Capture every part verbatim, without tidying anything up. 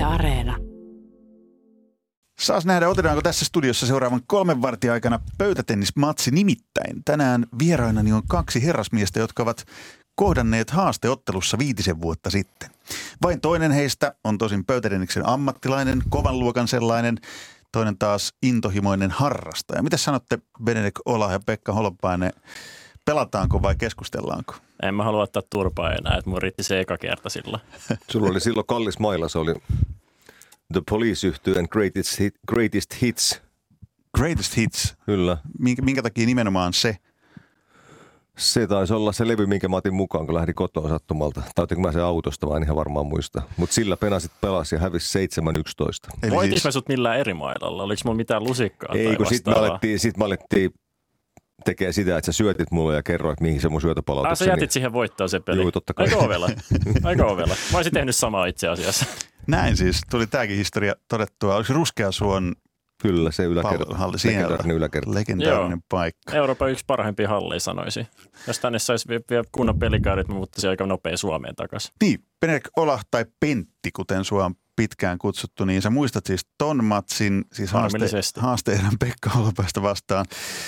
Areena. Saas nähdä, otetaanko tässä studiossa seuraavan kolmen vartin aikana pöytätennismatsi. Nimittäin tänään vierainani on kaksi herrasmiestä, jotka ovat kohdanneet haasteottelussa viitisen vuotta sitten. Vain toinen heistä on tosin pöytätenniksen ammattilainen, kovan luokan sellainen, toinen taas intohimoinen harrastaja. Mitä sanotte, Benedek Ola ja Pekka Holopainen, pelataanko vai keskustellaanko? En mä halua ottaa turpaa enää, että mun riitti se eka kerta silloin. Sulla oli silloin kallis mailla, se oli The Police-yhtyeen Greatest, hit, greatest Hits. Greatest Hits? Kyllä. Minkä, minkä takia nimenomaan se? Se taisi olla se levy, minkä mä otin mukaan, kun lähdin kotoa sattumalta. Tai otinko mä sen autosta, mä en ihan varmaan muista. Mutta sillä penasit pelasi ja hävisi seitsemän yksitoista. Voitis siis... mä sut millään eri mailalla? Oliko mulla mitään lusikkaa? Ei, kun sit me alettiin, sit me alettiin tekee sitä, että sä syötit mulle ja kerroit, mihin se mun syötöpalautukseni. Ah, sä jätit siihen voittoon se peli. Juu, totta kai. Aika ovella. Aika ovella. Mä olisin tehnyt samaa itse asiassa. Näin siis. Tuli tämäkin historia todettua. Oliko Ruskeasuon Kyllä, se yläkerta. Halli, legendaarinen yläkerta. Legendaarinen Joo. paikka. Euroopan yksi parhaimpia halleja sanoisin. Jos tänne saisi vielä kunnon pelikäydet, mä muuttaisin aika nopea Suomeen takaisin. Niin, Benedek Ola tai Pentti, kuten sua on pitkään kutsuttu, niin sä muistat siis ton matsin, siis haaste, haasteiden Pekka Holopaista vastaan.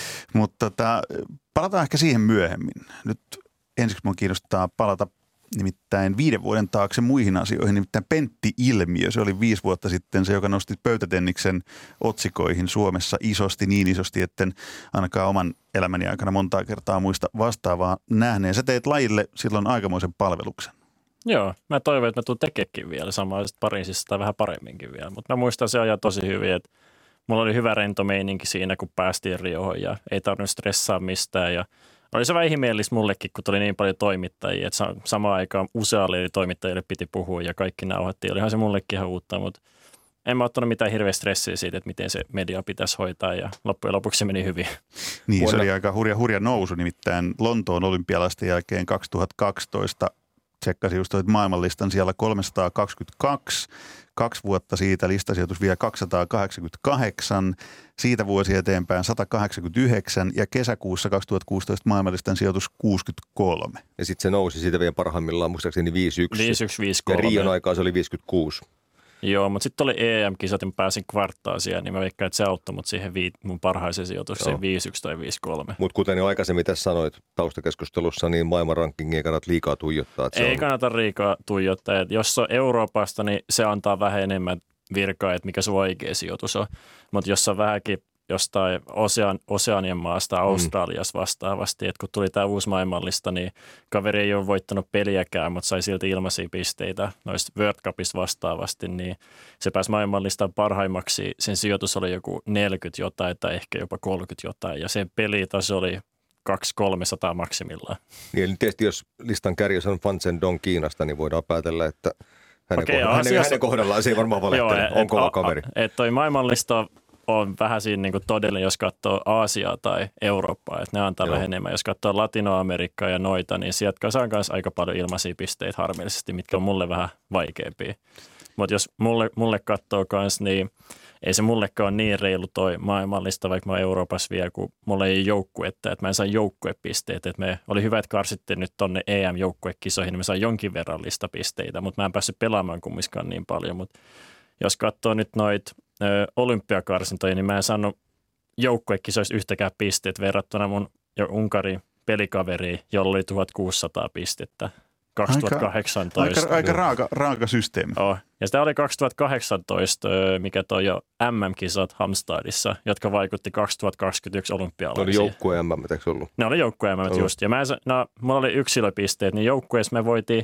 Mutta tota, palataan ehkä siihen myöhemmin. Nyt ensiksi mun kiinnostaa palata nimittäin viiden vuoden taakse muihin asioihin, nimittäin Pentti-ilmiö. Se oli viisi vuotta sitten se, joka nosti pöytätenniksen otsikoihin Suomessa isosti, niin isosti, etten ainakaan oman elämäni aikana montaa kertaa muista vastaavaa nähneen. Sä teit lajille silloin aikamoisen palveluksen. Joo, mä toivon, että mä tuun tekeekin vielä samaa Pariisissa tai vähän paremminkin vielä, mutta mä muistan se ajan tosi hyvin, että mulla oli hyvä rento meininki siinä, kun päästiin Riohon ja ei tarvinnut stressaa mistään ja oli se vähän ihmeellistä mullekin, kun tuli niin paljon toimittajia, että samaan aikaan usealle toimittajille piti puhua ja kaikki nauhoittiin. Olihan se mullekin ihan uutta, mutta en mä ottanut mitään hirveä stressiä siitä, että miten se media pitäisi hoitaa ja loppujen lopuksi se meni hyvin. Niin, Vuonna... se oli aika hurja, hurja nousu, nimittäin Lontoon olympialaisten jälkeen kaksituhattakaksitoista tsekkasin just maailmanlistan siellä kolmesataakaksikymmentäkaksi, kaksi vuotta siitä listasijoitus vielä kaksisataakahdeksankymmentäkahdeksan, siitä vuosi eteenpäin sata kahdeksankymmentäyhdeksän ja kesäkuussa kaksituhattakuusitoista maailmanlistan sijoitus kuusikymmentäkolme. Ja sitten se nousi siitä vielä parhaimmillaan, muistaakseni viisi yksi. viisi yksi, viisi kolme. Ja Rion aikaa se oli viisikymmentäkuusi. Joo, mutta sitten oli E M-kisat ja mä pääsin kvarttaasiaan, niin mä veikkaan, että se auttoi mut siihen vii, mun parhaiseen sijoitukseen viisi yksi tai viisi kolme. Mutta kuten jo aikaisemmin tässä sanoit taustakeskustelussa, niin maailman rankingia ei kannata liikaa tuijottaa. Ei on... kannata liikaa tuijottaa. Et jos se on Euroopasta, niin se antaa vähän enemmän virkaa, että mikä se oikea sijoitus on. Mutta jos on vähänkin jostain Osean, Oseanian maasta, Australiassa vastaavasti, että kun tuli tämä uusi maailmanlista, niin kaveri ei ole voittanut peliäkään, mutta sai silti ilmaisia pisteitä noista World Cupista vastaavasti, niin se pääsi maailmanlistaan parhaimmaksi. Sen sijoitus oli joku neljäkymmentä jotain tai ehkä jopa kolmekymmentä jotain, ja sen pelitaso oli kaksi kolmesataa maksimillaan. Niin, eli tietysti jos listan kärjessä on Fan Zhendong Kiinasta, niin voidaan päätellä, että hänen, Okei, kohdallaan, asiassa... hänen kohdallaan se ei varmaan valehtele. On kova kaveri. Että toi maailmanlista on vähän siinä niin kuin todellinen, jos katsoo Aasiaa tai Eurooppaa, että ne antaa Joo. vähän enemmän. Jos katsoo Latinoameriikkaa ja noita, niin sieltä kasaan kanssa aika paljon ilmaisia pisteitä harmillisesti, mitkä on mulle vähän vaikeampia. Mutta jos mulle, mulle katsoo kanssa, niin ei se mullekaan ole niin reilu toi maailmanlista, vaikka mä oon Euroopassa vielä, kun mulla ei joukkuetta, että mä en saa joukkuepisteitä. Että me oli hyvä, että karsitte nyt tonne E M-joukkuekisoihin, niin mä saan jonkin verran listapisteitä, mutta mä en päässyt pelaamaan kumminkaan niin paljon. Mutta jos katsoo nyt noita olympiakarsintoja, niin mä en saanut joukkuekisoissa yhtäkään pisteet verrattuna mun jo Unkarin pelikaveriin, jolla oli tuhatkuusisataa pistettä kaksituhattakahdeksantoista. Aika, aika raaka, raaka systeemi. Oh. Ja sitä oli kaksituhattakahdeksantoista, mikä toi jo M M-kisat Halmstadissa, jotka vaikutti kaksituhattakaksikymmentäyksi olympialaisiin. Ne oli joukkue M M, eikö ollut? Ne oli joukkue M M just. Ja mä en, no, mulla oli yksilöpisteet, niin joukkueessa me voitiin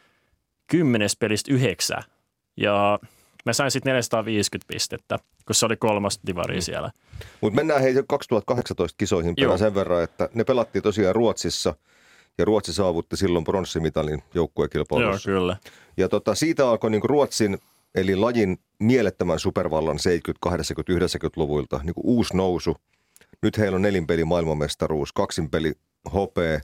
kymmenes pelistä yhdeksän. Ja mä sain sitten neljäsataaviisikymmentä pistettä, kun se oli kolmas divari siellä. Mutta mennään hei kaksituhattakahdeksantoista kisoihin sen verran, että ne pelattiin tosiaan Ruotsissa. Ja Ruotsi saavutti silloin pronssimitalin joukkuekilpailussa. Joo, kyllä. Ja tota, siitä alkoi niin Ruotsin, eli lajin mielettömän supervallan seitsemänkymmentä-, kahdeksankymmentä-, yhdeksänkymmentäluvulta niin uusi nousu. Nyt heillä on nelinpeli maailmanmestaruus, kaksinpeli hopea.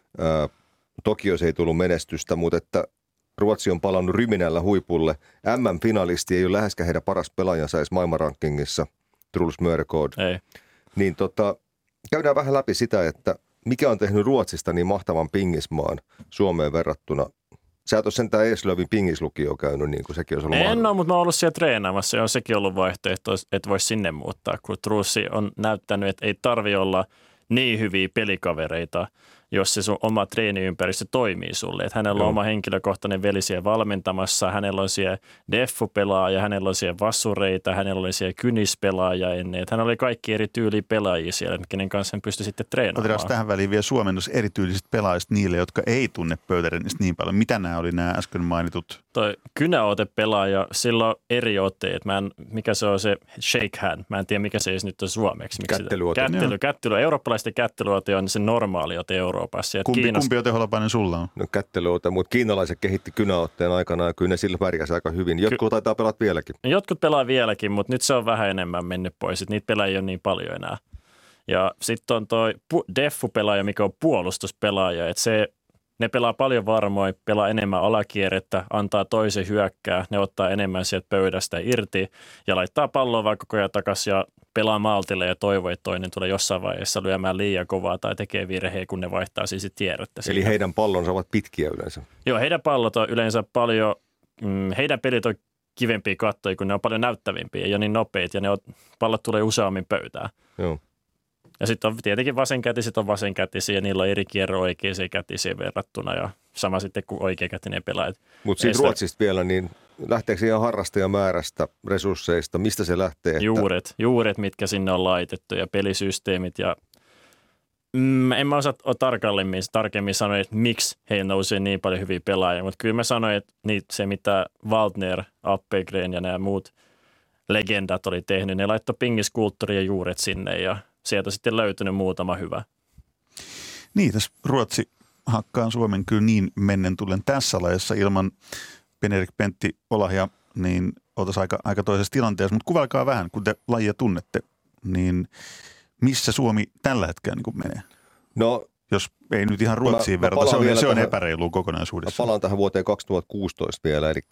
Tokiossa ei tullut menestystä, mutta että Ruotsi on palannut ryminällä huipulle. M M-finalisti ei ole läheskään heidän paras pelaajansa edes maailmanrankingissa, Truls Mørgaard. Ei. Niin tota, käydään vähän läpi sitä, että mikä on tehnyt Ruotsista niin mahtavan pingismaan Suomeen verrattuna Sä et ole sentään Eslövin pingislukioon käynyt, niin kuin sekin olisi ollut En ole, mutta mä oon ollut siellä treenaamassa ja on sekin ollut vaihtoehto, että voisi sinne muuttaa, kun Trussi on näyttänyt, että ei tarvi olla niin hyviä pelikavereita, jos se sun oma treeniympäristö toimii sulle. Että hänellä on Joo. oma henkilökohtainen veli siellä valmentamassa, hänellä on siellä deffu-pelaaja, hänellä on siellä vassureita, hänellä oli siellä kynispelaaja ennen. Että hänellä oli kaikki eri tyyliä pelaajia siellä, kenen kanssa hän pystyi sitten treenaamaan. Otetaan tähän väliin vielä suomennos erityylisistä pelaajista niille, jotka ei tunne pöytärennistä niin paljon. Mitä nämä oli nämä äsken mainitut? Toi kynäotepelaaja, sillä on eri otteet. Mä en, mikä se on se shake hand? Mä en tiedä, mikä se nyt on suomeksi. Kättelyote. Kättely, kättely. Eurooppalaisten kättelyote on se normaali ote Euroopassa. Kumpi, Kiinas... kumpi ote holopainen sulla on? No kättelyote, mutta kiinalaiset kehitti kynäotteen aikana ja kyllä ne sillä pärjäsi aika hyvin. Jotkut Ky- taitaa pelata vieläkin. Jotkut pelaa vieläkin, mutta nyt se on vähän enemmän mennyt pois. Niitä pelaajia ei ole niin paljon enää. Ja sitten on toi pu- deffu-pelaaja, mikä on puolustuspelaaja. Että se, ne pelaa paljon varmoin, pelaa enemmän alakierrettä, antaa toisen hyökkää. Ne ottaa enemmän sieltä pöydästä irti ja laittaa palloa vaan koko ajan takaisin ja pelaa maltille ja toivoo, että toinen tulee jossain vaiheessa lyömään liian kovaa tai tekee virheen, kun ne vaihtaa siis tiedettä. Eli siitä. Heidän pallonsa ovat pitkiä yleensä. Joo, heidän pallot on yleensä paljon, mm, heidän pelit on kivempiä kattoja, kun ne on paljon näyttävimpiä ja niin nopeita ja ne on, pallot tulee useammin pöytään. Joo. Ja sitten on tietenkin vasenkätiset on vasenkätisiä ja niillä on eri kierro oikeisiin kätisiin verrattuna ja sama sitten kuin oikeakätinen pelaaja. Mutta siitä Ruotsista vielä, niin lähteekö ihan harrastajamäärästä, resursseista, mistä se lähtee? Että... Juuret, juuret, mitkä sinne on laitettu ja pelisysteemit ja mm, en mä osaa tarkemmin, tarkemmin sanoa, että miksi heillä nousee niin paljon hyviä pelaajia, mutta kyllä mä sanoin, että niitä, se mitä Waldner, Appelgren ja nämä muut legendat oli tehnyt, ne laittoi pingiskulttuuri ja juuret sinne ja sieltä sitten löytynyt muutama hyvä. Niin, tässä Ruotsi hakkaan Suomen kyllä niin mennen tullen tässä lajissa ilman Ben-Erik Pentti Olahja, niin oltaisiin aika, aika toisessa tilanteessa. Mutta kuvailkaa vähän, kun te lajia tunnette, niin missä Suomi tällä hetkellä niin menee? No, jos ei nyt ihan Ruotsiin verrata, se on, se on epäreilu kokonaisuudessa. Mä palaan tähän vuoteen kaksituhattakuusitoista vielä, eli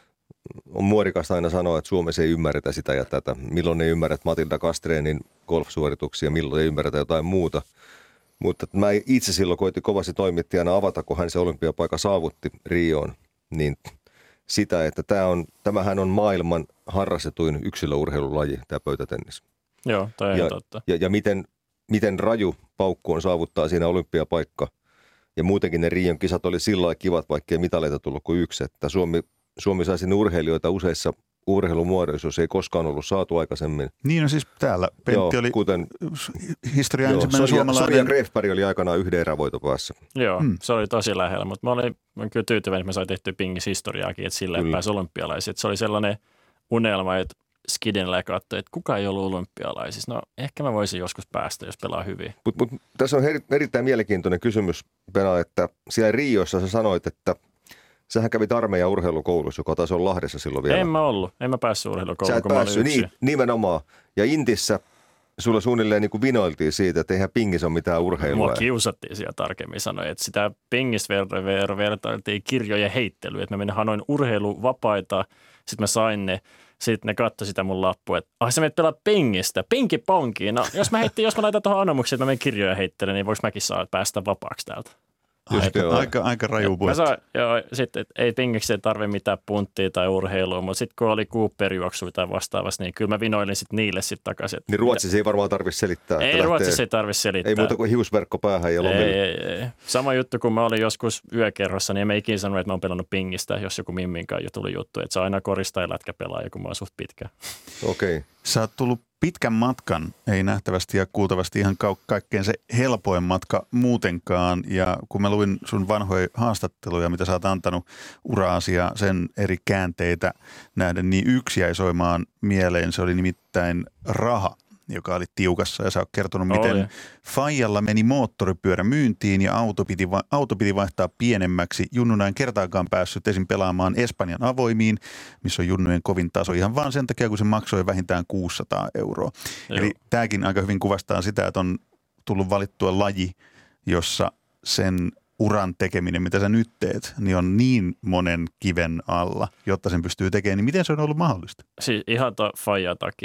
on muodikasta aina sanoa, että Suomessa ei ymmärretä sitä ja tätä. Milloin ei ymmärrä Matilda Kastreenin golfsuorituksia, milloin ei ymmärretä jotain muuta. Mutta mä itse silloin koitin kovasti toimittajana avata, kun hän se olympiapaikka saavutti Rioon, niin sitä, että tämä on, tämähän on maailman harrastetuin yksilöurheilulaji, tämä pöytätennis. Joo, tämä on ja, totta. Ja, ja miten, miten raju paukku on saavuttaa siinä olympiapaikka. Ja muutenkin ne Rion kisat oli sillä lailla kivat, vaikkei mitaleita tullut kuin yksi, että Suomi Suomi sai sinne urheilijoita useissa urheilumuodoissa, jos ei koskaan ollut saatu aikaisemmin. Niin no siis täällä Pentti joo, oli kuten, historian joo, ensimmäinen Sonja, suomalainen. Sonja Grefberg oli aikanaan yhden erävoiton päässä. Joo, hmm. se oli tosi lähellä, mutta mä olin mä kyllä tyytyväinen, että mä sain tehtyä pingis historiaakin, että sillä ei pääsi olympialaisiin. Se oli sellainen unelma, että Skidenillä katsoi, että kuka ei ollut olympialaisissa. No ehkä mä voisin joskus päästä, jos pelaa hyvin. Mutta mut, tässä on her, erittäin mielenkiintoinen kysymys, Pena, että siellä Riossa sä sanoit, että sähän kävit armeijan urheilukoulussa, joka taisi olla Lahdessa silloin vielä. En mä ollut. En mä päässyt urheilukouluun, sä et kun päässyt, mä olin yksin. Niin, nimenomaan. Ja Intissä sulla suunnilleen niin kuin vinoiltiin siitä, että eihän pingis ole mitään urheilua. Mua kiusattiin siellä tarkemmin sanoa, että sitä pingis ver- ver- vertailtiin kirjojen heittelyyn. Että mä menin hanoin urheiluvapaita, sitten mä sain ne. Sitten ne katsoi sitä mun lappua, että ah, sä menet pelaa pingistä, pinkiponkiin. No jos mä, heitin, jos mä laitan tuohon anomuksiin, että mä menen kirjoja heittelen, niin voiko mäkin saa päästä vapaaksi täältä? Aika, aika, aika raju puhuttu. Joo, sitten ei pingiksi ei tarvitse mitään punttia tai urheilua, mutta sitten kun oli Cooper-juoksuja tai vastaavasti, niin kyllä mä vinoilin sitten niille sitten takaisin. Niin Ruotsissa ei varmaan tarvitse selittää. Ei Ruotsissa ei tarvitse selittää. Ei muuta kuin hiusverkko päähän ja lomille. Ei, ei, ei. Sama juttu, kun mä olin joskus yökerhossa, niin en mä ikinä sanonut, että mä oon pelannut pingistä, jos joku mimminkaan jo tuli juttu. Että se aina koristaa ja lätkäpelaaja, kun mä oon suht pitkä. Okei. Okay. Sä oot tullut pitkän matkan, ei nähtävästi ja kuultavasti ihan ka- kaikkein se helpoin matka muutenkaan. Ja kun mä luin sun vanhoja haastatteluja, mitä sä oot antanut uraasi ja sen eri käänteitä nähden, niin yksi jäi soimaan mieleen. Se oli nimittäin raha, joka oli tiukassa. Ja sä oot kertonut, miten oli. faijalla meni moottoripyörä myyntiin ja auto piti, va- auto piti vaihtaa pienemmäksi. Junnuna en kertaakaan päässyt esim. Pelaamaan Espanjan avoimiin, missä on junnujen kovin taso ihan vaan sen takia, kun se maksoi vähintään kuusisataa euroa. Joo. Eli tämäkin aika hyvin kuvastaa sitä, että on tullut valittua laji, jossa sen uran tekeminen, mitä sä nyt teet, niin on niin monen kiven alla, jotta sen pystyy tekemään. Niin miten se on ollut mahdollista? Siis ihan to, faijaa takia.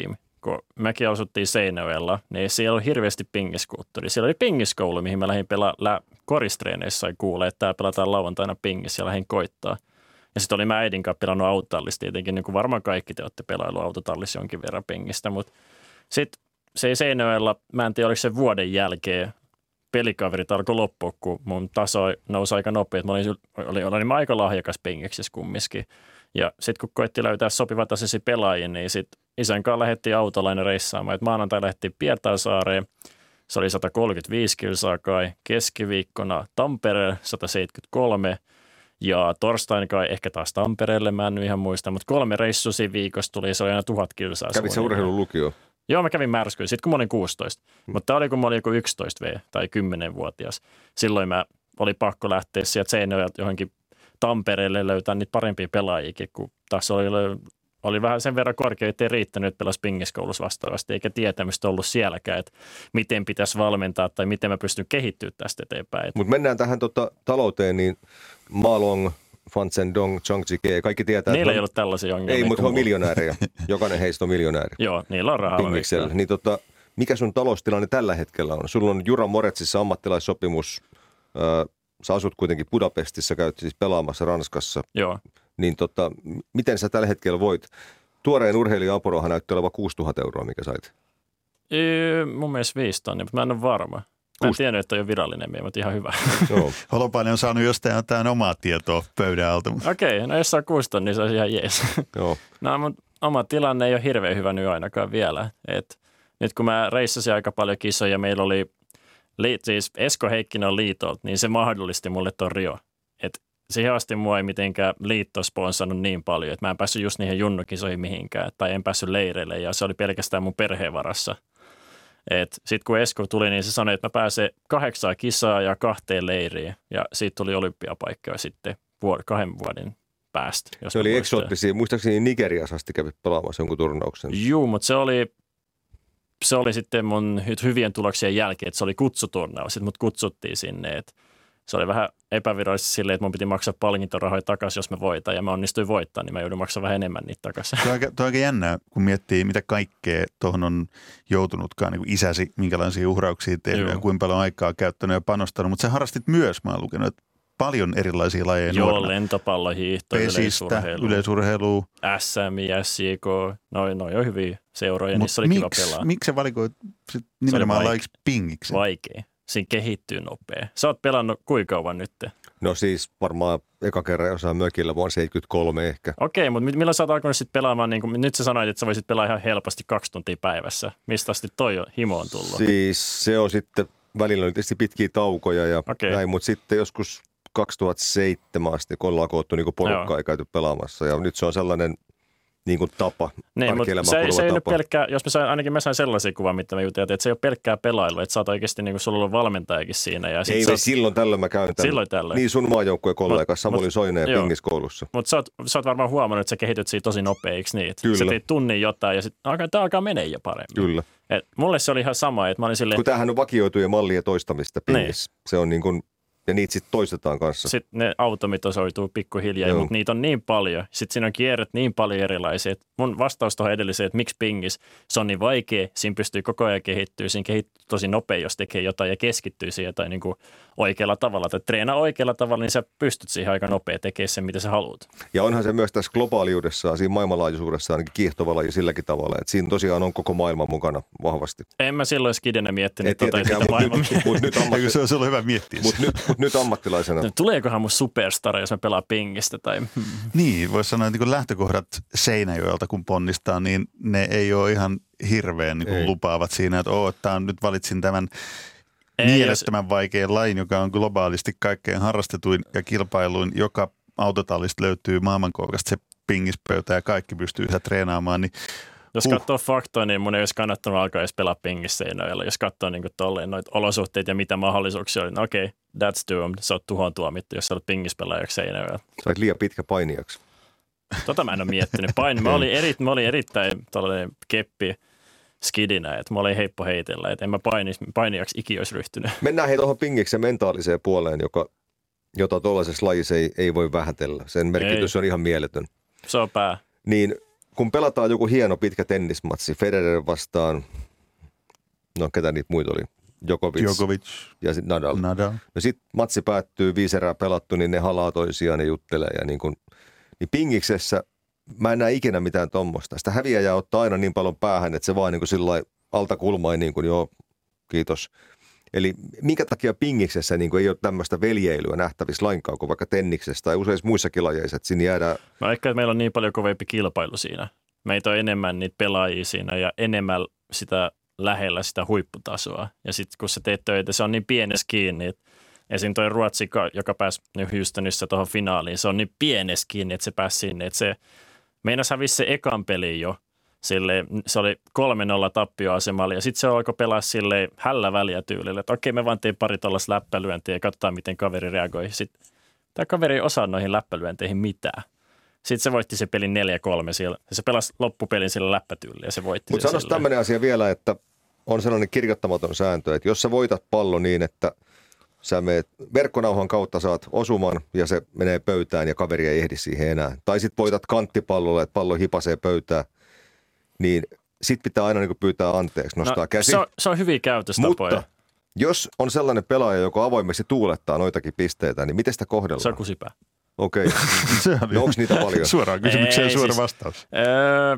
kun mekin asuttiin Seinäjoella, niin siellä oli hirveästi pingiskulttuuri. Siellä oli pingiskoulu, mihin mä lähdin pelaa lä- koristreeneissä ja kuulee, että tää pelataan lauantaina pingis ja lähdin koittaa. Ja sitten oli mä äidin kanssa pelannut autotallissa tietenkin, niin kuin varmaan kaikki te olette pelaillut autotallissa jonkin verran pingistä, mutta sitten se ei Seinäjoella, mä en tiedä oliko se vuoden jälkeen, pelikaverit alkoi loppua, kun mun taso nousi aika nopeasti. Mä olin, olin, olin aika lahjakas pingiksissä kumminkin. Ja sitten kun koitti löytää sopivat tasaisia pelaajia, niin sitten isän kanssa lähdettiin autolla reissaamaan. Et maanantai lähdettiin Pietarsaareen, se oli sata kolmekymmentäviisi kilsaa kai, keskiviikkona Tampereelle sata seitsemänkymmentäkolme ja torstaina kai ehkä taas Tampereelle, mä en ihan muista, mutta kolme reissusia viikossa tuli, se oli aina tuhat kilsaa. Kävit sä urheilulukioon? Joo, mä kävin Märskyyn, sitten kun mä olin kuusitoista, hmm. mutta tämä oli kun mä olin joku yksitoista vuotias tai kymmenvuotias. Silloin mä oli pakko lähteä sieltä Seinäjoelta johonkin Tampereelle löytää niitä parempia pelaajiakin, kun tässä oli, oli vähän sen verran korkea, ettei riittänyt, että pelasi pingiskoulussa vastaavasti, eikä tietämystä ollut sielläkään, että miten pitäisi valmentaa tai miten mä pystyn kehittymään tästä eteenpäin. Mutta mennään tähän tota, talouteen, niin Ma Long, Fan Zhendong, Zhang Jike, kaikki tietää. Niillä ei ollut tällaisia ongelmia. Ei, mutta he on miljonäärejä. Jokainen heistä on miljonääri. Joo, niillä on rahaa. Niin tota, mikä sun taloustilanne tällä hetkellä on? Sulla on Jura Moretsissa ammattilaissopimus. Äh, sä asut kuitenkin Budapestissa, käyt siis pelaamassa Ranskassa. Joo. Niin tota, miten sä tällä hetkellä voit? Tuoreen urheilija-apuraha näyttää olevan kuusituhatta euroa, mikä sait. Ei, mun mielestä viisi tonnia, mutta mä en ole varma. Mä en tiennyt, että on jo virallinen, mutta ihan hyvä. Holopainen on saanut jostain jotain omaa tietoa pöydän alta. Okei, okay, no jos saa kuusi tonnia, niin se on ihan jees. Joo. No, mutta oma tilanne ei ole hirveän hyvä nyt ainakaan vielä. Et nyt kun mä reissasin aika paljon kisoja, meillä oli, siis Esko Heikkinen on liitolta, niin se mahdollisti mulle ton Rio. Et siihen asti mua ei mitenkään liitto sponsannut niin paljon, että mä en päässyt just niihin junnukisoihin mihinkään, tai en päässyt leireille, ja se oli pelkästään mun perheen varassa. Sitten kun Esko tuli, niin se sanoi, että mä pääsen kahdeksaa kisaa ja kahteen leiriin. Ja siitä tuli olympiapaikkoja sitten vuod- kahden vuoden päästä. Se oli eksoottisia. Muistaakseni Nigeriassa asti kävi pelaamassa jonkun turnauksen. Juu, mutta se oli, se oli sitten mun hyvien tuloksien jälkeen, että se oli kutsuturnaus. Sitten mut kutsuttiin sinne, että se oli vähän epävirallisesti silleen, että mun piti maksaa palkintorahoja takaisin, jos mä voitan. Ja mä onnistuin voittaa, niin mä joudun maksaa vähän enemmän niitä takaisin. Tuo on aika, tuo on aika jännää, kun miettii, mitä kaikkea tuohon on joutunutkaan, niin kuin isäsi, minkälaisia uhrauksia tehnyt ja kuinka paljon aikaa käyttänyt ja panostanut. Mutta sä harrastit myös, mä oon lukenut, että paljon erilaisia lajeja Joo, nuorena. lentopallohiihto, yleisurheilu. yleisurheilu. S M I, S I K, noin noi on hyviä seuroja, niissä oli kiva pelaa. Miksi sä valikoit sit nimenomaan lajiksi pingiksi? Vaikea. Siinä kehittyy nopea. Sä oot pelannut kuinka kauan nyt? No siis varmaan eka kerran jossain mökillä vuonna seitsemänkymmentäkolme ehkä. Okei, mutta milloin sä oot alkanut sitten pelaamaan, niin kuin, nyt sä sanoit, että sä voisit pelaa ihan helposti kaksi tuntia päivässä. Mistä asti toi himo on tullut? Siis se on sitten, välillä oli tietysti pitkiä taukoja ja okay. näin, mutta sitten joskus kaksituhattaseitsemän asti, kun ollaan koottu niin porukkaa ja käyty pelaamassa ja nyt se on sellainen niin kuin tapa, niin, mutta se, se ei nyt pelkkää, jos mä sain, ainakin mä sain sellaisia kuvia, mitä me juteltiin, että se ei ole pelkkää pelailu, että sä oot oikeasti, niin kuin sulla on valmentajakin siinä. Ja sit ei, oot, silloin tällöin mä käyn tämän. Silloin tällöin. Niin sun maajoukkueen kollega Samuli Soineen pingiskoulussa. Mutta sä, sä oot varmaan huomannut, että sä kehityt siitä tosi nopeiksi niitä. Kyllä. Sä teit tunnin jotain ja sitten tämä alkaa menee jo paremmin. Kyllä. Et mulle se oli ihan sama, että mä olin silleen. Kun tämähän on vakioituja mallien toistamista pingissä. Niin. Se on niin kuin. Ja niitä sitten toistetaan kanssa. Sitten ne automitosoituu pikkuhiljaa, mutta niitä on niin paljon. Sitten siinä on kierret niin paljon erilaisia. Mun vastaus tuohon edelliseen, että miksi pingis, se on niin vaikea. Siinä pystyy koko ajan kehittyä. Siinä kehittyy tosi nopea, jos tekee jotain ja keskittyy siihen jotain niin kuin oikealla tavalla. Tai treenaa oikealla tavalla, niin sä pystyt siihen aika nopea tekemään sen, mitä sä haluat. Ja onhan se myös tässä globaaliudessa, siinä maailmanlaajuisuudessa ainakin kiihtova laji silläkin tavalla, että siinä tosiaan on koko maailma mukana vahvasti. En mä silloin skidenä miettinyt tota, että sitä maailmaa. Mutta nyt, ammatti... se on silloin hyvä miettiä. Mutta nyt, mut nyt ammattilaisena. Tuleekohan mun superstar, jos mä pelaan pingistä? Tai... Niin, voisi sanoa, että niin lähtökohdat Seinäjoelta kun ponnistaa, niin ne ei ole ihan hirveän niin ei. lupaavat siinä, että oo, että nyt valitsin tämän ei, mielettömän jos... vaikean lain, joka on globaalisti kaikkein harrastetuin ja kilpailuin. Joka autotallista löytyy maailmankolkasta se pingispöytä ja kaikki pystyy yhä treenaamaan, niin jos huh. katsoo faktoja, niin mun ei olisi kannattanut alkaa edes pelaa pingissä Seinäjoella. Jos katsoo niin tolleen noita olosuhteita ja mitä mahdollisuuksia oli, niin okei, okay, that's doomed. Sä oot tuhoon tuomittu, jos sä olet pingispelaajaksi Seinäjoella. Sä olet liian pitkä painijaksi. Tota mä en ole miettinyt. Paini, mä, olin eri, mä olin erittäin tällainen keppi skidinä, että mä olin heippo heitellä, että en mä painis, painijaksi ikinä olisi ryhtynyt. Mennään hei tuohon pingiksen mentaaliseen puoleen, joka, jota tuollaisessa lajissa ei, ei voi vähätellä. Sen merkitys ei. on ihan mieletön. Se on pää. Niin kun pelataan joku hieno pitkä tennismatsi, Federer vastaan, no ketä niitä muita oli? Djokovic, Djokovic. Ja sitten Nadal. Nadal. No sitten matsi päättyy, viisi erää pelattu, niin ne halaa toisiaan, ne juttelee. Ja niin, kun, niin pingiksessä mä en näe ikinä mitään tuommoista. Sitä häviäjää ottaa aina niin paljon päähän, että se vaan niin kuin sillai alta kulmain niin kuin joo, kiitos. Eli minkä takia pingiksessä niin kuin ei ole tämmöistä veljeilyä nähtävissä lainkaan kuin vaikka tenniksessä tai useissa muissakin lajeissa, että siinä jäädään. No ehkä että meillä on niin paljon kovempi kilpailu siinä. Meitä on enemmän niitä pelaajia siinä ja enemmän sitä lähellä sitä huipputasoa. Ja sitten kun sä teet töitä, se on niin pienessä kiinni, että esim. Toi Ruotsi, joka pääsi Houstonissa tuohon finaaliin, se on niin pienessä kiinni, että se pääsi sinne. Että se meinas hävisi se ekan peli jo. Sille, se oli kolme nolla tappioasemalla ja sitten se alkoi pelaa silleen hällä väliä tyylillä, että okei me vaan tein pari tuollaista läppälyöntiä ja katsotaan miten kaveri reagoi. Sitten tämä kaveri ei osaa noihin läppälyönteihin mitään. Sitten se voitti se pelin neljä kolme siellä ja se pelasi loppupelin sillä läppätyylillä ja se voitti. Mutta sanoisi tämmöinen asia vielä, että on sellainen kirjoittamaton sääntö, että jos sä voitat pallon niin, että sä meet verkkonauhan kautta saat osuman ja se menee pöytään ja kaveri ei ehdi siihen enää. Tai sitten voitat kanttipallolla, että pallo hipasee pöytään. Niin sit pitää aina niin pyytää anteeksi, nostaa no, käsi. Se on, se on hyviä käytöstapoja. Mutta jos on sellainen pelaaja, joka avoimesti tuulettaa noitakin pisteitä, niin miten sitä kohdellaan? Se on kusipää. Okei. Okay. No onko niitä paljon? Suoraan kysymykseen Ei, suora siis, vastaus. Öö,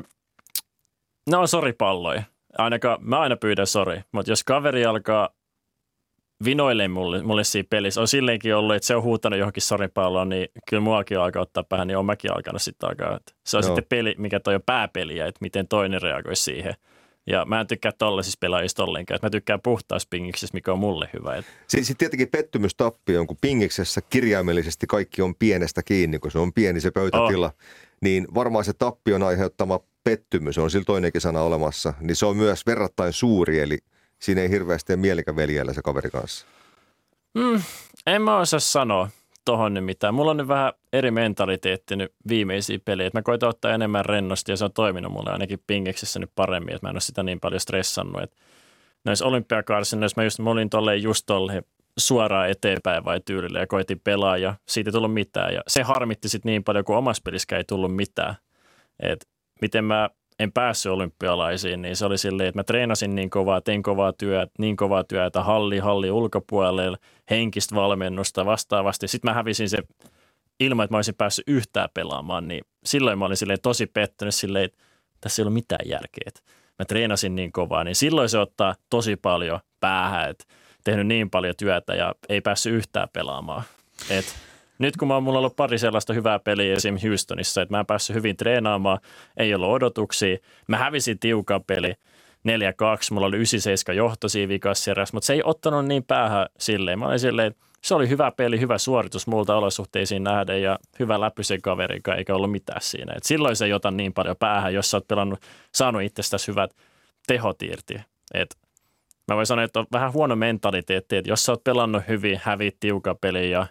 ne on soripalloja. Ainakaan, mä aina pyydän sori, mutta jos kaveri alkaa vinoilemaan mulle, mulle siinä pelissä, on silleenkin ollut, että se on huutanut johonkin soripalloon, niin kyllä muakin alkaa ottaa päähän, niin on mäkin alkanut sitten alkaa. Se on no. sitten peli, mikä toi on pääpeliä, että miten toinen reagoi siihen. Ja mä en tykkää tollaisista pelaajista ollenkaan. Mä tykkään puhtaassa pingiksessä, mikä on mulle hyvä. Siis tietenkin pettymystappi on, kun pingiksessä kirjaimellisesti kaikki on pienestä kiinni, kun se on pieni se pöytätila, oh. niin varmaan se tappion aiheuttama pettymys, on sillä toinenkin sana olemassa, niin se on myös verrattain suuri, eli siinä ei hirveästi mielikäveljällä se kaveri kanssa. Mm, en mä osaa sanoa tohon nyt mitään. Mulla on nyt vähän eri mentaliteetti nyt viimeisiä pelejä. Mä koitan ottaa enemmän rennosti ja se on toiminut mulle ainakin pingiksessä nyt paremmin, että mä en ole sitä niin paljon stressannut. Että näissä olympiakarsinnoissa mä, just, mä olin tolleen just tolleen suoraan eteenpäin vai tyylillä ja koitin pelaa ja siitä ei tullut mitään. Ja se harmitti sitten niin paljon, kun omassa pelissä ei tullut mitään. Että miten mä en päässyt olympialaisiin, niin se oli silleen, että mä treenasin niin kovaa, tein kovaa työtä, niin kovaa työtä halli, halli ulkopuolella, henkistä valmennusta vastaavasti. Sitten mä hävisin se ilman, että mä olisin päässyt yhtään pelaamaan, niin silloin mä olin silleen tosi pettynyt silleen, että tässä ei ole mitään järkeä. Että mä treenasin niin kovaa, niin silloin se ottaa tosi paljon päähän, että tehnyt niin paljon työtä ja ei päässyt yhtään pelaamaan. Että nyt kun mä, mulla on ollut pari sellaista hyvää peliä esimerkiksi Houstonissa, että mä en päässyt hyvin treenaamaan, ei ollut odotuksia. Mä hävisin tiukan peli neljä kaksi, mulla oli yhdeksän seitsemän johto siinä vikassa erässä, mutta se ei ottanut niin päähän silleen. Mä olin silleen, että se oli hyvä peli, hyvä suoritus multa olosuhteisiin nähden ja hyvä läpy sen kaverikaan, eikä ollut mitään siinä. Et silloin se ei ota niin paljon päähän, jos sä oot pelannut, saanut itsestäsi hyvät tehot irti. Et mä voin sanoa, että on vähän huono mentaliteetti, että jos sä oot pelannut hyvin, hävit tiukan peli ja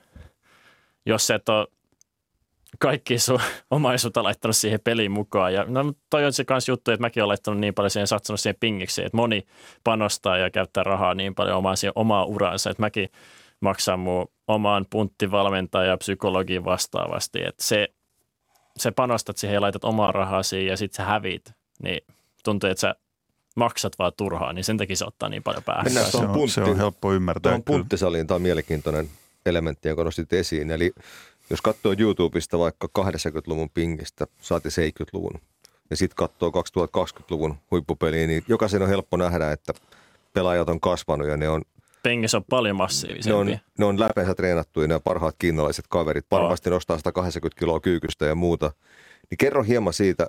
jos sä et ole kaikki sun omaisuutta laittanut siihen peliin mukaan. Ja no, toi on se kans juttu, että mäkin olen laittanut niin paljon siihen, satsannut siihen pingikseen, että moni panostaa ja käyttää rahaa niin paljon omaa, siihen omaa uraansa, että mäkin maksan mun omaan punttivalmentajan ja psykologiin vastaavasti. Että se, se panostat siihen ja laitat omaa rahaa siihen ja sitten sä hävit, niin tuntuu, että sä maksat vaan turhaa, niin sen takia se ottaa niin paljon päähän. Se on, puntti, se on helppo ymmärtää. Tuohon punttisaliin tämä on mielenkiintoinen elementti, jonka nostit esiin. Eli jos katsoo YouTubesta vaikka kahdeksankymmentäluvun pingistä, saati seitsemänkymmentäluvun, ja sitten katsoo kaksituhattakaksikymmentäluvun huippupeliä, niin jokaisen on helppo nähdä, että pelaajat on kasvanut ja ne on pengissä on paljon massiivisempia. Ne on, ne on läpeensä treenattuja, ne on parhaat kiinalaiset kaverit. Varmasti oh. nostaa sata kahdeksankymmentä kiloa kyykystä ja muuta. Niin kerro hieman siitä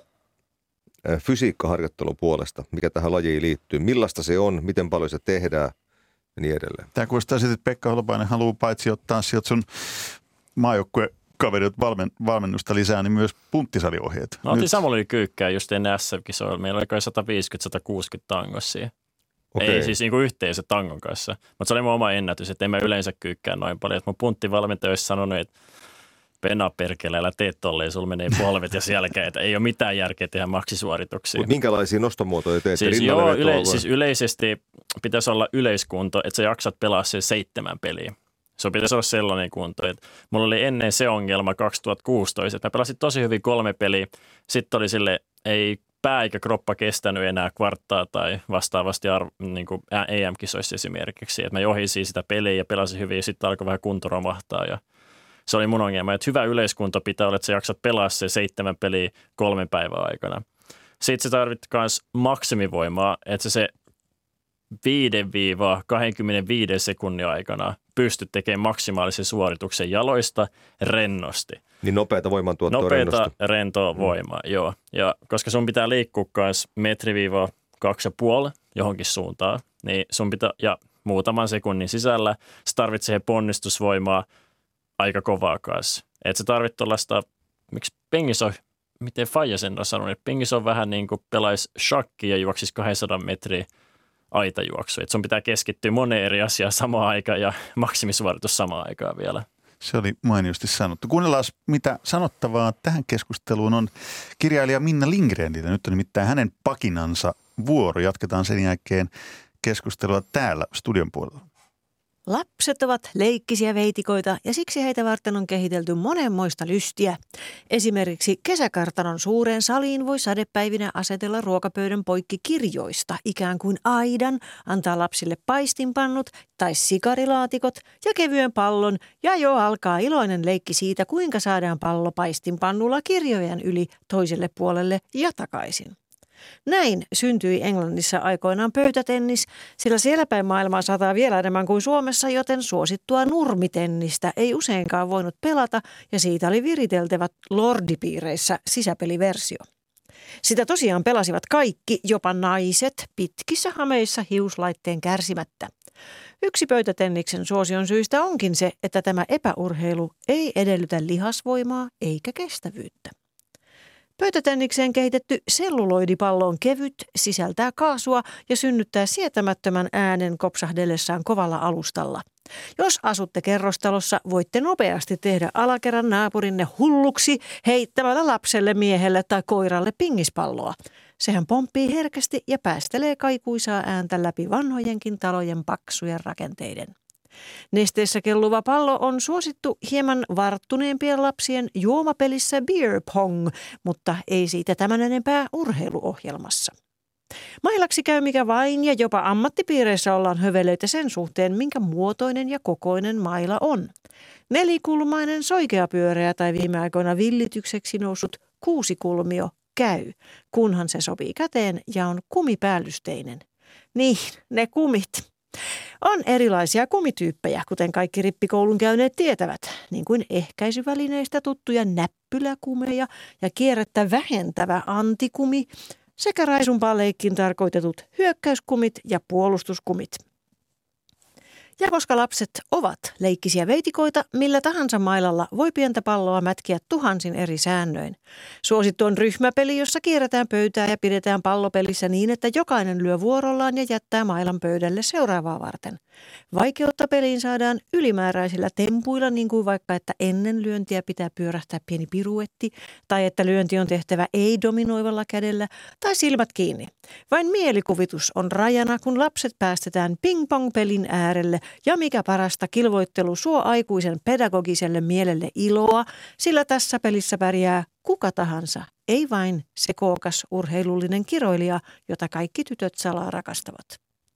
fysiikkaharjoittelun puolesta, mikä tähän lajiin liittyy. Millaista se on, miten paljon se tehdään ja niin edelleen. Tämä kuulostaa sitten, että Pekka Holopainen haluaa paitsi ottaa sieltä sun maajoukkuekaverit valmen, valmennusta lisää, niin myös punttisaliohjeet. No otin Samuli Kyykkää just ennen S M-kisoilla. Meillä oli kai sata viisikymmentä sata kuusikymmentä tangossa. Okei. Ei siis niinku yhteensä tangon kanssa. Mutta se oli mun oma ennätys, että en mä yleensä kyykkää noin paljon. Et mun punttivalmentaja olisi sanonut, että Pena perkele, älä tee tolleen, sulla menee polvet ja selkä, että ei ole mitään järkeä tehdä maksisuorituksia. Mutta minkälaisia nostomuotoja teette? Siis, joo, yle, siis yleisesti pitäisi olla yleiskunto, että sä jaksat pelaa sen seitsemän peliä. Se pitäisi olla sellainen kunto. Että mulla oli ennen se ongelma kaksituhattakuusitoista, että mä pelasin tosi hyvin kolme peliä. Sitten oli sille, ei pää eikä kroppa kestänyt enää kvarttaa tai vastaavasti arv, niin kuin E M-kisoissa esimerkiksi. Et mä johisin sitä peliä ja pelasin hyvin ja sitten alkoi vähän kunto romahtaa ja se oli mun ongelma. Että hyvä yleiskunto pitää olla, että sä jaksat pelaa se seitsemän peliä kolmen päivän aikana. Sitten sä tarvitset myös maksimivoimaa, että sä se viidestä kaksikymmentäviisi sekunnin aikana pystyt tekemään maksimaalisen suorituksen jaloista rennosti. Niin nopeata voimantuottoa Nopeata rennosti. rentoa mm. voimaa, joo. Ja koska sun pitää liikkua myös metri kaksi ja puoli johonkin suuntaan, niin sun pitää, ja muutaman sekunnin sisällä sä tarvitset siihen ponnistusvoimaa aika kovaa kanssa. Että sä tarvitset tuollaista, miksi pengissä on, miten Faija sen on sanonut, että pengissä on vähän niin kuin pelaisi shakkia ja juoksisi kaksisataa metriä aitajuoksu. Että sun pitää keskittyä moneen eri asiaan samaan aikaan ja maksimisuoritus samaan aikaan vielä. Se oli mainiosti sanottu. Kuunnellaan, mitä sanottavaa tähän keskusteluun on kirjailija Minna Lindgrenillä. Nyt on nimittäin hänen pakinansa vuoro. Jatketaan sen jälkeen keskustelua täällä studion puolella. Lapset ovat leikkisiä veitikoita ja siksi heitä varten on kehitelty monenmoista lystiä. Esimerkiksi kesäkartanon suureen saliin voi sadepäivinä asetella ruokapöydän poikki kirjoista, ikään kuin aidan, antaa lapsille paistinpannut tai sikarilaatikot ja kevyen pallon ja jo alkaa iloinen leikki siitä, kuinka saadaan pallo paistinpannulla kirjojen yli toiselle puolelle ja takaisin. Näin syntyi Englannissa aikoinaan pöytätennis, sillä siellä päin maailmaa sataa vielä enemmän kuin Suomessa, joten suosittua nurmitennistä ei useinkaan voinut pelata ja siitä oli viriteltävät lordipiireissä sisäpeliversio. Sitä tosiaan pelasivat kaikki, jopa naiset, pitkissä hameissa hiuslaitteen kärsimättä. Yksi pöytätenniksen suosion syistä onkin se, että tämä epäurheilu ei edellytä lihasvoimaa eikä kestävyyttä. Pöytätennikseen kehitetty selluloidipallo on kevyt, sisältää kaasua ja synnyttää sietämättömän äänen kopsahdellessaan kovalla alustalla. Jos asutte kerrostalossa, voitte nopeasti tehdä alakerran naapurinne hulluksi heittämällä lapselle, miehelle tai koiralle pingispalloa. Sehän pomppii herkästi ja päästelee kaikuisaa ääntä läpi vanhojenkin talojen paksujen rakenteiden. Nesteessä kelluva pallo on suosittu hieman varttuneempien lapsien juomapelissä beer pong, mutta ei siitä tämän enempää urheiluohjelmassa. Mailaksi käy mikä vain ja jopa ammattipiireissä ollaan hövelöitä sen suhteen, minkä muotoinen ja kokoinen maila on. Nelikulmainen soikeapyöreä tai viime aikoina villitykseksi noussut kuusikulmio käy, kunhan se sopii käteen ja on kumipäällysteinen. Niin, ne kumit. On erilaisia kumityyppejä, kuten kaikki rippikoulun käyneet tietävät, niin kuin ehkäisyvälineistä tuttuja näppyläkumeja ja kierrettä vähentävä antikumi sekä raisumpaan leikkiin tarkoitetut hyökkäyskumit ja puolustuskumit. Ja koska lapset ovat leikkisiä veitikoita, millä tahansa mailalla voi pientä palloa mätkiä tuhansin eri säännöin. Suosittu on ryhmäpeli, jossa kierretään pöytää ja pidetään pallopelissä niin, että jokainen lyö vuorollaan ja jättää mailan pöydälle seuraavaa varten. Vaikeutta peliin saadaan ylimääräisillä tempuilla, niin kuin vaikka, että ennen lyöntiä pitää pyörähtää pieni piruetti, tai että lyönti on tehtävä ei-dominoivalla kädellä, tai silmät kiinni. Vain mielikuvitus on rajana, kun lapset päästetään ping-pong-pelin äärelle, ja mikä parasta, kilvoittelu suo aikuisen pedagogiselle mielelle iloa, sillä tässä pelissä pärjää kuka tahansa, ei vain se kookas urheilullinen kiroilija, jota kaikki tytöt salaa rakastavat.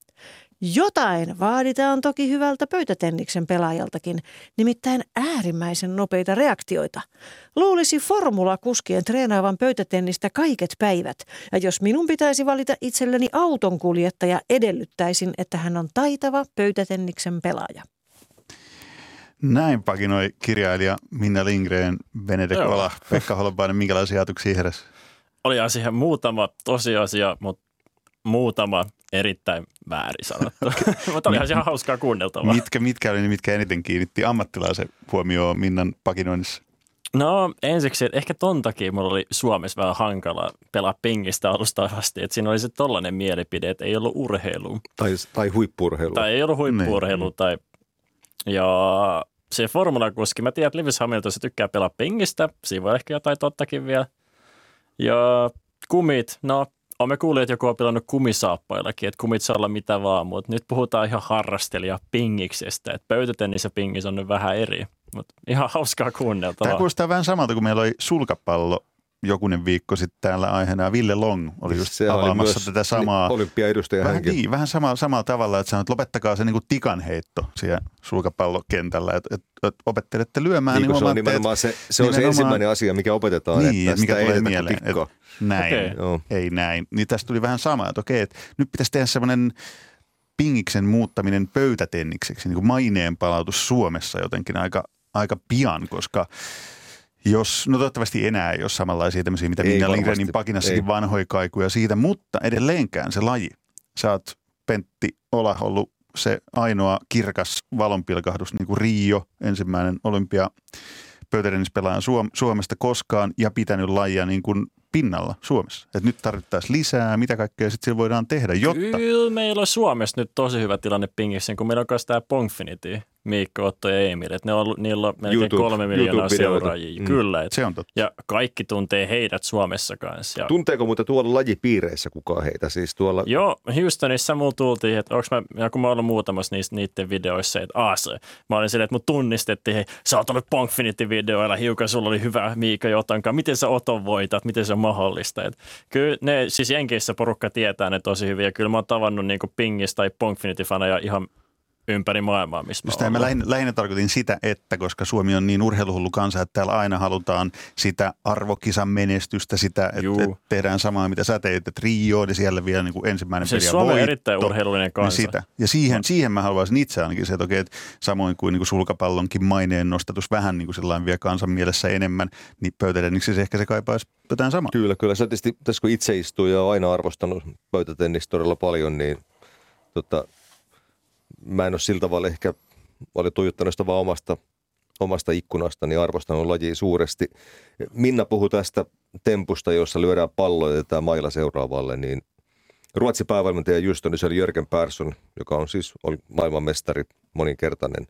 Jotain vaaditaan toki hyvältä pöytätenniksen pelaajaltakin, nimittäin äärimmäisen nopeita reaktioita. Luulisi formulakuskien treenaavan pöytätennistä kaiket päivät, ja jos minun pitäisi valita itselleni autonkuljettaja, edellyttäisin, että hän on taitava pöytätenniksen pelaaja. Näin pakinoi kirjailija Minna Lindgren, Benedek Ola, Pekka Holopainen. Minkälaisia ajatuksia heräsi? Oli siihen muutama tosiasia, mutta muutama erittäin väärin sanottu. Mutta olihan ihan hauskaa kuunneltavaa. Mitkä, mitkä oli ne, mitkä eniten kiinnitti ammattilaisen huomioon Minnan pakinoinnissa? No ensiksi, että ehkä ton takia mulla oli Suomessa vähän hankala pelaa pingistä alusta asti. Että siinä oli se tollainen mielipide, että ei ollut urheilua. Tai, tai huippu-urheilua. Tai ei ollut huippu-urheilua. Mm. Tai, ja se formulakuski, mä tiedän, että Lewis Hamilton se tykkää pelaa pingistä. Siinä voi ehkä jotain tottakin vielä. Ja kumit, no olemme kuulleet, että joku on pelannut kumisaappaillakin, että kumit saa olla mitä vaan, mutta nyt puhutaan ihan harrastelija pingiksestä, että pöytätennis ja pingis on nyt vähän eri, mutta ihan hauskaa kuunneltavaa. Tämä kuulostaa vähän samalta, kun meillä oli sulkapallo jokunen viikko sitten täällä aiheena. Ville Long oli just se avaamassa oli tätä samaa. Olympia-edustaja vähän hänkin. Niin, vähän sama, samalla tavalla, että sanot, lopettakaa se niin kuin tikanheitto siellä sulkapallokentällä, että et, et opettelette lyömään. Niin, niin se on nimenomaan se, se, on se ensimmäinen asia, mikä opetetaan, niin, että mikä sitä tulee ei mieleen. tikkaa. Näin, okay. Ei näin. Niin tästä tuli vähän sama, että okei, että nyt pitäisi tehdä semmoinen pingiksen muuttaminen pöytätennikseksi, niin kuin maineen palautus Suomessa jotenkin aika, aika pian, koska jos, no toivottavasti enää ei ole samanlaisia tämmöisiä, mitä Minna Lindgrenin pakinassakin ei. Vanhoja kaikuja siitä, mutta edelleenkään se laji. Sä oot, Pentti Ola, ollut se ainoa kirkas valonpilkahdus, niin kuin Rio, ensimmäinen olympia pöytätennispelaaja Suomesta koskaan ja pitänyt lajia niin kuin pinnalla Suomessa. Et nyt tarvittaisiin lisää, mitä kaikkea sitten sillä voidaan tehdä, jotta... Kyllä meillä on Suomessa nyt tosi hyvä tilanne pingissä, kun meillä on myös tämä Pongfinity, Miikka, Otto ja Emil. Et ne on, niillä on melkein YouTube, kolme miljoonaa seuraajia. Mm. Kyllä. Et, se on totta. Ja kaikki tuntee heidät Suomessa kanssa. Ja... Tunteeko muuten tuolla lajipiireissä kukaan heitä? Siis tuolla... Joo, Houstonissa mulla tultiin, että onko mä, kun mä oon ollut muutamassa niistä, niiden videoissa, että aas, mä olin silleen, että mut tunnistettiin, hei, sä oot ollut Pongfinity-videoilla, hiukan sulla oli hyvä Miikka ja Otankaan, miten sä Oton voitat, miten se on mahdollista. Et kyllä ne, siis Jenkeissä porukka tietää ne tosi hyvin, ja kyllä mä oon tavannut niinku pingis- tai Pongfinity-faneja ihan ympäri maailmaa, missä mä mä lähinnä, lähinnä tarkoitin sitä, että koska Suomi on niin urheiluhullu kansa, että täällä aina halutaan sitä arvokisan menestystä, sitä, että et tehdään samaa, mitä sä teet, että Rio, niin siellä vielä niin kuin ensimmäinen siis peli ja Suomi voitto. On erittäin urheilullinen kansa. Niin sitä. Ja siihen, siihen mä haluaisin itse ainakin se, että, okei, että samoin kuin, niin kuin sulkapallonkin maineen nostatus vähän niin kuin sellainen vielä kansan mielessä enemmän, niin pöytätenniksessä ehkä se kaipaisi jotain samaa. Kyllä, kyllä. Se tietysti tässä kun itse istuu ja on aina arvostanut pöytätennistä todella paljon, niin tota, mä en ole sillä tavalla ehkä, oli tuijottanut sitä vaan omasta, omasta ikkunasta, niin arvostanut lajia suuresti. Minna puhui tästä tempusta, jossa lyödään pallo ja jätetään mailla seuraavalle, niin Ruotsin päävalmentaja just on, niin se oli Jörgen Persson, joka on siis oli maailmanmestari moninkertainen.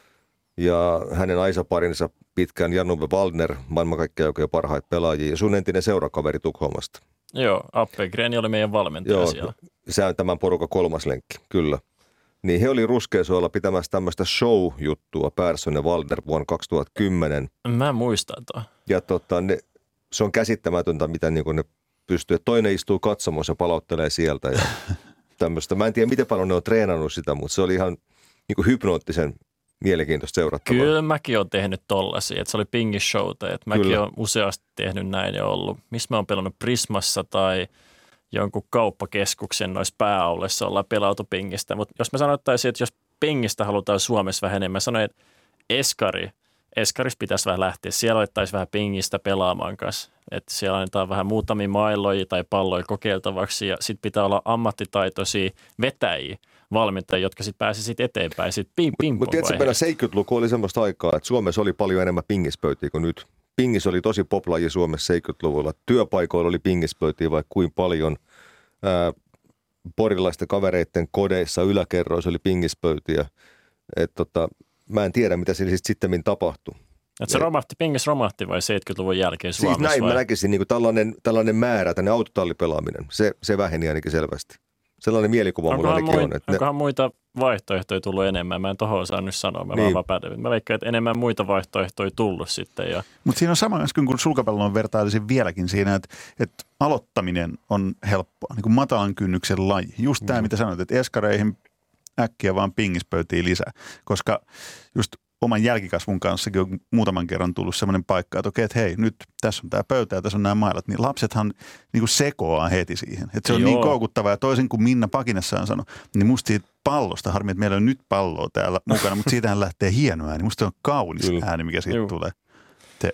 Ja hänen aisaparinsa pitkään Jan-Ove Waldner, maailmankaikkeuden parhaita pelaajia, ja sun entinen seurakaveri Tukholmasta. Joo, Appelgren oli meidän valmentaja Joo, siellä. Se on tämän porukan kolmas lenkki, kyllä. Niin he oli Ruskeasuolla pitämässä tämmöistä show-juttua, Persson ja Waldner vuonna kaksituhattakymmenen. Mä muistan tuon. Ja tota, ne, se on käsittämätöntä, mitä niin ne pystyy. Toinen istuu katsomossa ja palauttelee sieltä ja tämmöistä. Mä en tiedä, miten paljon ne on treenannut sitä, mutta se oli ihan niin kuin hypnoottisen mielenkiintoista seurattavaa. Kyllä mäkin olen tehnyt tollaisia, että se oli pingishowta. Että mäkin olen useasti tehnyt näin ja ollut. Missä mä oon pelannut Prismassa tai jonkun kauppakeskuksen noissa pääaulessa ollaan pelautu pingistä. Mutta jos mä sanottaisin, että jos pingistä halutaan Suomessa vähän enemmän, mä sanoin, että eskari, eskarissa pitäisi vähän lähteä. Siellä alettaisiin vähän pingistä pelaamaan kanssa. Että siellä annetaan vähän muutamia mailoja tai palloja kokeiltavaksi ja sitten pitää olla ammattitaitoisia vetäjiä, valmentajia, jotka sitten pääsisivät eteenpäin. Sitten ping, ping Mutta tiedätkö, meillä seitsemänkymmentäluku oli semmoista aikaa, että Suomessa oli paljon enemmän pingispöytiä kuin nyt. Pingis oli tosi poplaji Suomessa seitsemänkymmentäluvulla. Työpaikoilla oli pingispöytiä vaikka kuin paljon. Ää, porilaisten kavereiden kodeissa yläkerroissa oli pingispöytiä. Et tota, mä en tiedä, mitä sillä sitten tapahtui. Että se romahti, pingis romahti vai seitsemänkymmentäluvun jälkeen Suomessa? Siis näin vai? Mä näkisin, niin kuin tällainen, tällainen määrä, tällainen autotallipelaaminen, se, se väheni ainakin selvästi. Sellainen mielikuva onkohan mulla ainakin mui, on. Että onkohan ne... muita vaihtoehtoja tullut enemmän? Mä en tohon osaa nyt sanoa. Mä, niin. vaan mä veikkaan, että enemmän muita vaihtoehtoja tullut sitten. Ja... Mutta siinä on sama äsken kuin sulkapallon vertailisin vieläkin siinä, että, että aloittaminen on helppoa. Niin kuin matalan kynnyksen laji. Just tämä, mm. mitä sanoit, että eskareihin äkkiä vaan pingispöytiin lisää. Koska just oman jälkikasvun kanssakin on muutaman kerran tullut semmoinen paikka, että okei, että hei, nyt tässä on tämä pöytä ja tässä on nämä mailat, niin lapsethan niin kuin sekoaa heti siihen. Että se on Joo. niin koukuttavaa ja toisin kuin Minna Pakinassaan sanoi, niin musta siitä pallosta, harmi, että meillä on nyt palloa täällä mukana, mutta siitähän lähtee hieno ääni. Musta se on kaunis Kyllä. ääni, mikä siitä Joo. tulee. Te.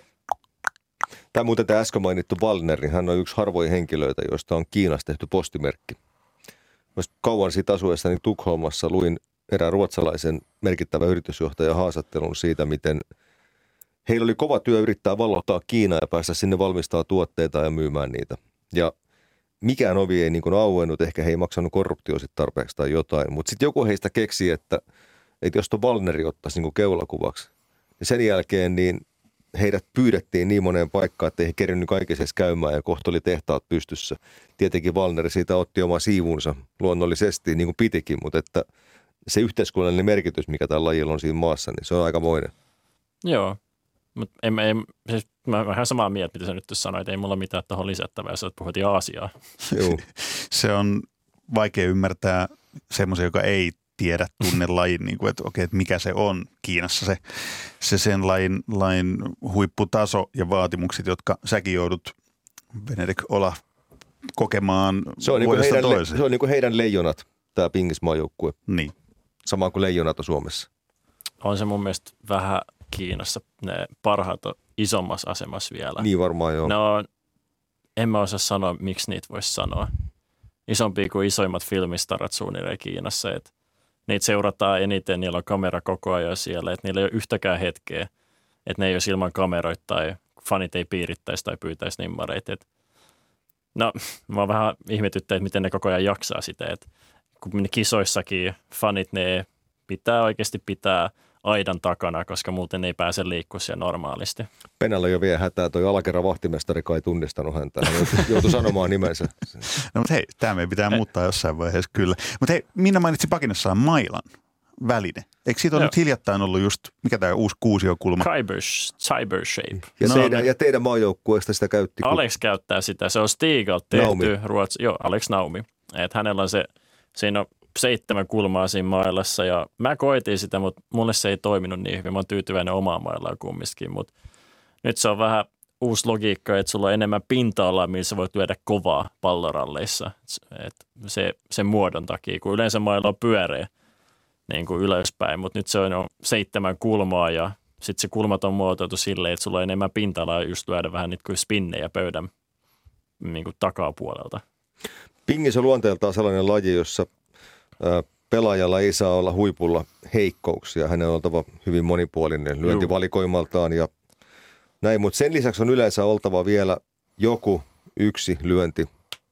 Tämä muuten tämä äsken mainittu Waldner, niin hän on yksi harvoja henkilöitä, joista on Kiinassa tehty postimerkki. Mä kauan siitä asuessani Tukholmassa luin erään ruotsalaisen merkittävän yritysjohtajan haastattelun siitä, miten heillä oli kova työ yrittää vallottaa Kiinaa ja päästä sinne valmistaa tuotteita ja myymään niitä. Ja mikään ovi ei niin kuin auennut, ehkä he ei maksanut korruptio sitten tarpeeksi tai jotain, mutta sitten joku heistä keksi, että, että jos tuon Waldneri ottaisi niin kuin keulakuvaksi. Ja sen jälkeen niin heidät pyydettiin niin moneen paikkaan, että ei he kerinyt kaikissa käymään ja kohta oli tehtaat pystyssä. Tietenkin Waldner siitä otti oma siivunsa luonnollisesti, niin kuin pitikin, mutta että se yhteiskunnallinen merkitys, mikä tällä lajilla on siinä maassa, niin se on aikamoinen. Joo. Mutta en, en, siis mä olen ihan samaa mieltä, mitä sä nyt sanoit, ei mulla mitään tuohon lisättävää, jos puhut Aasiaa. Se on vaikea ymmärtää semmoisen, joka ei tiedä, tunne lajin, niin kuin, että, okei, että mikä se on Kiinassa, se, se sen lajin, lajin huipputaso ja vaatimukset, jotka säkin joudut, Benedek Ola, kokemaan se on vuodesta niin toiseen. Se on niin kuin heidän leijonat, tämä pingismaajoukkue. Niin. Sama kuin leijonat on Suomessa. On se mun mielestä vähän Kiinassa, ne parhaat on isommassa asemassa vielä. Niin varmaan joo. No, en mä osaa sanoa, miksi niitä voisi sanoa. Isompia kuin isoimmat filmistarat suunnilleen Kiinassa, että niitä seurataan eniten, niillä on kamera koko ajan siellä, että niillä ei ole yhtäkään hetkeä, että ne ei olisi ilman kameroita tai fanit ei piirittäisi tai pyytäisi nimmareita. Et, no, mä oon vähän ihmetyttä, että miten ne koko ajan jaksaa sitä, että kun kisoissakin fanit, ne pitää oikeasti pitää aidan takana, koska muuten ei pääse liikkua siellä normaalisti. Penällä jo vielä hätää, toi alakerran vahtimestari kai tunnistanut häntä. Hän joutui, joutui sanomaan nimensä. No mutta hei, tämä meidän pitää muuttaa jossain vaiheessa kyllä. Mutta hei, Minna mainitsi pakinassaan mailan väline. Eikö siitä ole nyt hiljattain ollut just, mikä tämä uusi kuusiokulma? Cyber, cyber Shape. Ja, no, teidän, ja teidän maajoukkueesta sitä käytti. Kun... Alex käyttää sitä. Se on Stigalta tehty Ruotsi. Joo, Alex Naumi. Että hänellä on se, siinä on seitsemän kulmaa siinä mailassa ja mä koitin sitä, mutta mulle se ei toiminut niin hyvin. Mä oon tyytyväinen omaan mailaan kumminkin, mutta nyt se on vähän uusi logiikka, että sulla on enemmän pinta-alaa, millä sä voit lyödä kovaa palloralleissa. Et se, sen muodon takia, kun yleensä mailla on pyöreä niin kuin ylöspäin, mutta nyt se on seitsemän kulmaa ja sitten se kulmat on muotoiltu silleen, että sulla on enemmän pinta-alaa just lyödä vähän niitä kuin spinnejä pöydän niin kuin takapuolelta. Pingis on luonteeltaan sellainen laji, jossa pelaajalla ei saa olla huipulla heikkouksia. Hänen on oltava hyvin monipuolinen lyöntivalikoimaltaan ja näin, mutta sen lisäksi on yleensä oltava vielä joku yksi lyönti,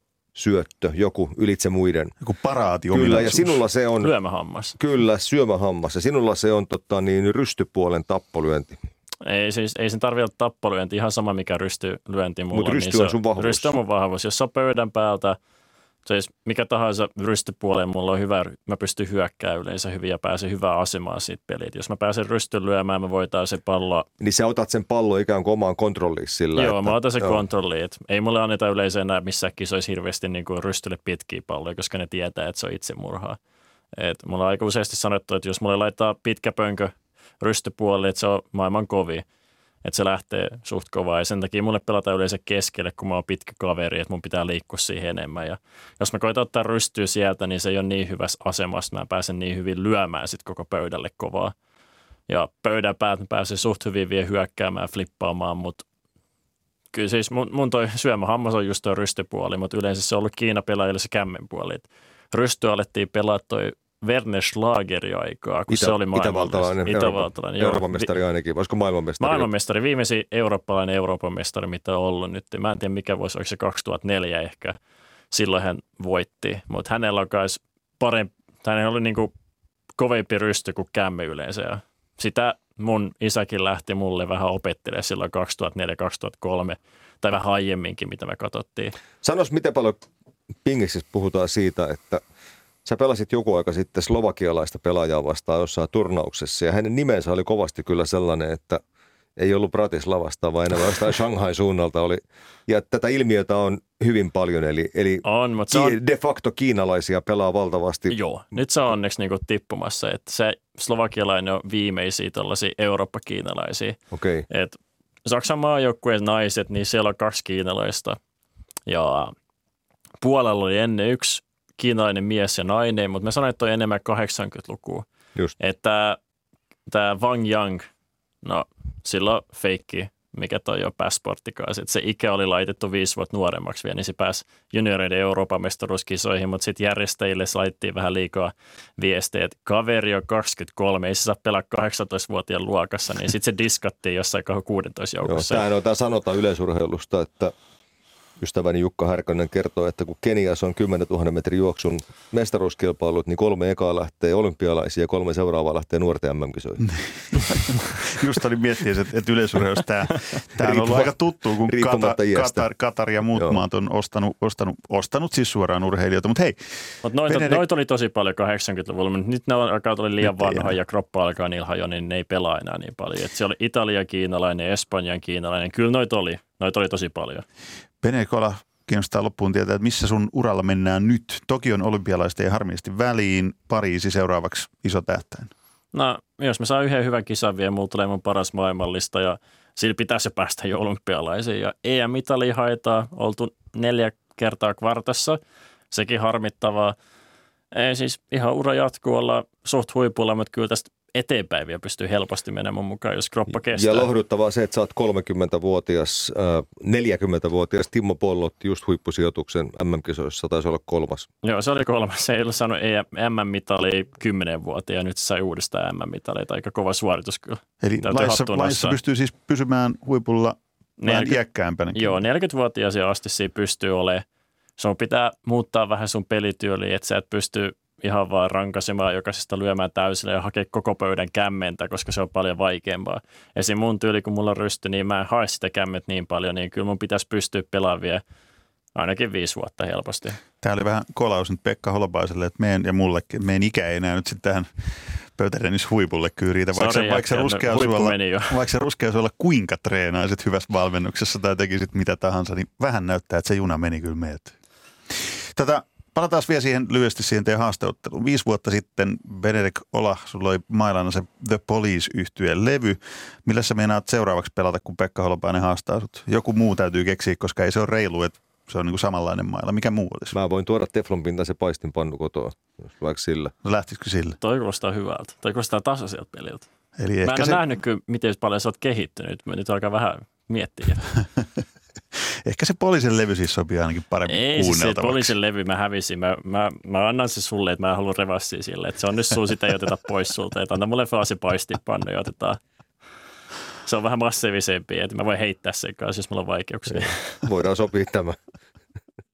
syöttö, joku ylitse muiden. Joku paraati Kyllä, ja sinulla se on... Syömähammas. Kyllä, syömähammas. Ja sinulla se on tota, niin, rystypuolen tappolyönti. Ei, siis, ei sen tarvitse olla tappolyönti, ihan sama mikä rystylyönti mulla. Mutta rysty niin on sun vahvuus. Rysty on mun vahvuus. Jos se on pöydän päältä, siis mikä tahansa rystypuoleen mulla on hyvä, mä pystyn hyökkäämään yleensä hyvin ja pääsen hyvään asemaan siitä peliä. Jos mä pääsen rystyn lyömään, mä voitaan se pallo. Niin sä otat sen pallon ikään kuin omaan kontrolliin sillä. Joo, että, mä otan sen joo. kontrolliin. Ei mulle anneta yleensä enää missään kisoissa hirveästi niin kuin rystylle pitkiä palloja, koska ne tietää, että se on itsemurhaa. Et mulla on aika useasti sanottu, että jos mulle laittaa pitkä pönkö rystypuolelle, että se on maailman kovin. Että se lähtee suht kovaa ja sen takia mulle pelataan yleensä keskelle, kun mä oon pitkä kaveri, että mun pitää liikkua siihen enemmän. Ja jos mä koitan ottaa rystyä sieltä, niin se ei ole niin hyvässä asemassa, mä pääsen niin hyvin lyömään sit koko pöydälle kovaa. Ja pöydän päältä mä pääsen suht hyvin vielä hyökkäämään, flippaamaan, mutta kyllä siis mun, mun toi syömähammas on just toi rystypuoli, mutta yleensä se on ollut Kiina-pelaajille se kämmenpuoli. Rysty alettiin pelaa toi Werner Schlageri aikaa, kun Itä, se oli maailmanmestari. Itävaltalainen. Euroopan mestari ainakin, voisiko maailmanmestari? Maailmanmestari, viimeisin eurooppalainen Euroopan mestari, mitä on ollut nyt. Mä en tiedä mikä vuosi, oliko se kaksituhattaneljä ehkä. Silloin hän voitti, mutta hänellä on myös parempi, hänellä oli niinku kovempi rysty kuin kämmi yleensä. Ja sitä mun isäkin lähti mulle vähän opettelemaan silloin kaksituhattaneljä kaksituhattakolme tai vähän aiemminkin, mitä me katsottiin. Sanois, miten paljon pingiksissä puhutaan siitä, että sä pelasit joku aika sitten slovakialaista pelaajaa vastaan jossain turnauksessa ja hänen nimensä oli kovasti kyllä sellainen, että ei ollut Bratislavasta, vaan enemmän jostain Shanghai suunnalta oli. Ja tätä ilmiötä on hyvin paljon, eli, eli on, mutta se on... de facto kiinalaisia pelaa valtavasti. Joo, nyt se on onneksi niinku tippumassa, että se slovakialainen on viimeisiä tuollaisia eurooppa-kiinalaisia. Okei. Okay. Et Saksan maajoukkueen naiset, niin siellä on kaksi kiinalaista ja Puolalla oli ennen yksi kiinalainen mies ja nainen, mutta mä sanoin, että on enemmän kahdeksankymmentälukua. Just. Että tämä Wang Yang, no silloin feikki, mikä toi on passporttikaan. Se ikä oli laitettu viisi vuotta nuoremmaksi vielä, niin se pääsi junioreiden Euroopan mestaruuskisoihin, mutta sitten järjestäjille laitettiin vähän liikaa viestejä, että kaveri on kaksikymmentäkolme, ei se saa pelaa kahdeksantoistavuotiaan luokassa, niin sitten se diskattiin jossain kuusitoista joukossa. Joo, tämä on tämä sanota yleisurheilusta, että ystäväni Jukka Härkönen kertoo, että kun Keniassa on kymmenentuhatta metrin juoksun mestaruuskilpailut, niin kolme ekaa lähtee olympialaisia ja kolme seuraavaa lähtee nuorten M M-kisoihin. just olin miettinyt, että, että yleisurheilussa tämä, tämä on ollut aika tuttu, kun Katar, Katar, Katar ja muut Joo. maat on ostanut, ostanut, ostanut siis suoraan urheilijoita. Mutta hei. Mut noita, Benedikt... noita oli tosi paljon kahdeksankymmentäluvulla, mutta nyt ne alkaa olla liian vanhoja ja kroppa alkaa niillä hajoa, niin ne ei pelaa enää niin paljon. Et se oli Italia kiinalainen, Espanjan kiinalainen. Kyllä noita oli. Noita oli tosi paljon. Benedikt Ola, kiinnostaa loppuun tietää, että missä sun uralla mennään nyt. Tokion olympialaista ei harmillisesti väliin, Pariisi seuraavaksi iso tähtäin. No, jos mä saan yhden hyvän kisan vielä, mulla tulee mun paras maailmallista ja sillä pitäisi päästä jo olympialaisiin. Ja E M-mitali haetaan, oltu neljä kertaa kvartassa, sekin harmittavaa. Ei siis ihan ura jatkuu olla suht huipulla, mutta kyllä tästä eteenpäin vielä pystyy helposti menemään mukaan, jos kroppa kestää. Ja lohduttavaa se, että sä oot kolmekymmentävuotias, neljäkymmentävuotias Timo Pollot just huippusijoituksen M M-kisoissa, taisi olla kolmas. Joo, se oli kolmas. Se ei ollut saanut M M-mitalia kymmenen vuotta ja nyt se sai uudestaan M M-mitalia. Aika kova suoritus kyllä. Eli laissa, laissa pystyy siis pysymään huipulla vähän iäkkäämpänä. Joo, neljäkymmentävuotias asti siinä pystyy olemaan. Sun pitää muuttaa vähän sun pelityyliä, että sä et pysty ihan vaan rankasemaan jokaisesta lyömään täysillä ja hakea koko pöydän kämmentä, koska se on paljon vaikeampaa. Esim. Mun tyyli, kun mulla on rysty, niin mä en hae sitä kämmet niin paljon, niin kyllä mun pitäisi pystyä pelaamaan vielä ainakin viisi vuotta helposti. Tämä oli vähän kolaus nyt Pekka Holopaiselle, että meidän ja mullekin, meidän ikä ei enää nyt sitten tähän pöytärennis huipulle kyllä riitä. Vaikka se, vaikka, se ruskea suolla, vaikka se ruskea suolla kuinka treenaisit hyvässä valmennuksessa tai tekisit mitä tahansa, niin vähän näyttää, että se juna meni kyllä meiltä. Tätä Palataan vielä siihen lyhyesti siihen teidän haasteotteluun. Viisi vuotta sitten, Benedikt Ola, sulla oli mailana se The Police-yhtyeen levy. Millä sä meinaat seuraavaksi pelata, kun Pekka Holopainen haastaa sut? Joku muu täytyy keksiä, koska ei se ole reilu, että se on niin kuin samanlainen mailla. Mikä muu olisi? Mä voin tuoda teflonpintaisen paistinpannu kotoa, vaikka sillä. No lähtisikö sillä? Toi kuulostaa hyvältä. Toi kuulostaa tasaiselta peliltä. Eli Mä en ehkä se... se... nähnyt, miten paljon sä oot kehittynyt. Mä nyt alkaa vähän miettiä. Ehkä se Poliisin levy siis sopii ainakin paremmin ei, kuunneltavaksi. Ei siis se Poliisin levy mä hävisin. Mä, mä, mä annan se sulle, että mä haluan revassia sille. Että se on nyt sun, sitä ei oteta pois sulta. Että anna mulle vaan se paistipannu ja otetaan. Se on vähän massiivisempi, että mä voin heittää sen kanssa, jos mulla on vaikeuksia. Voidaan sopia tämä.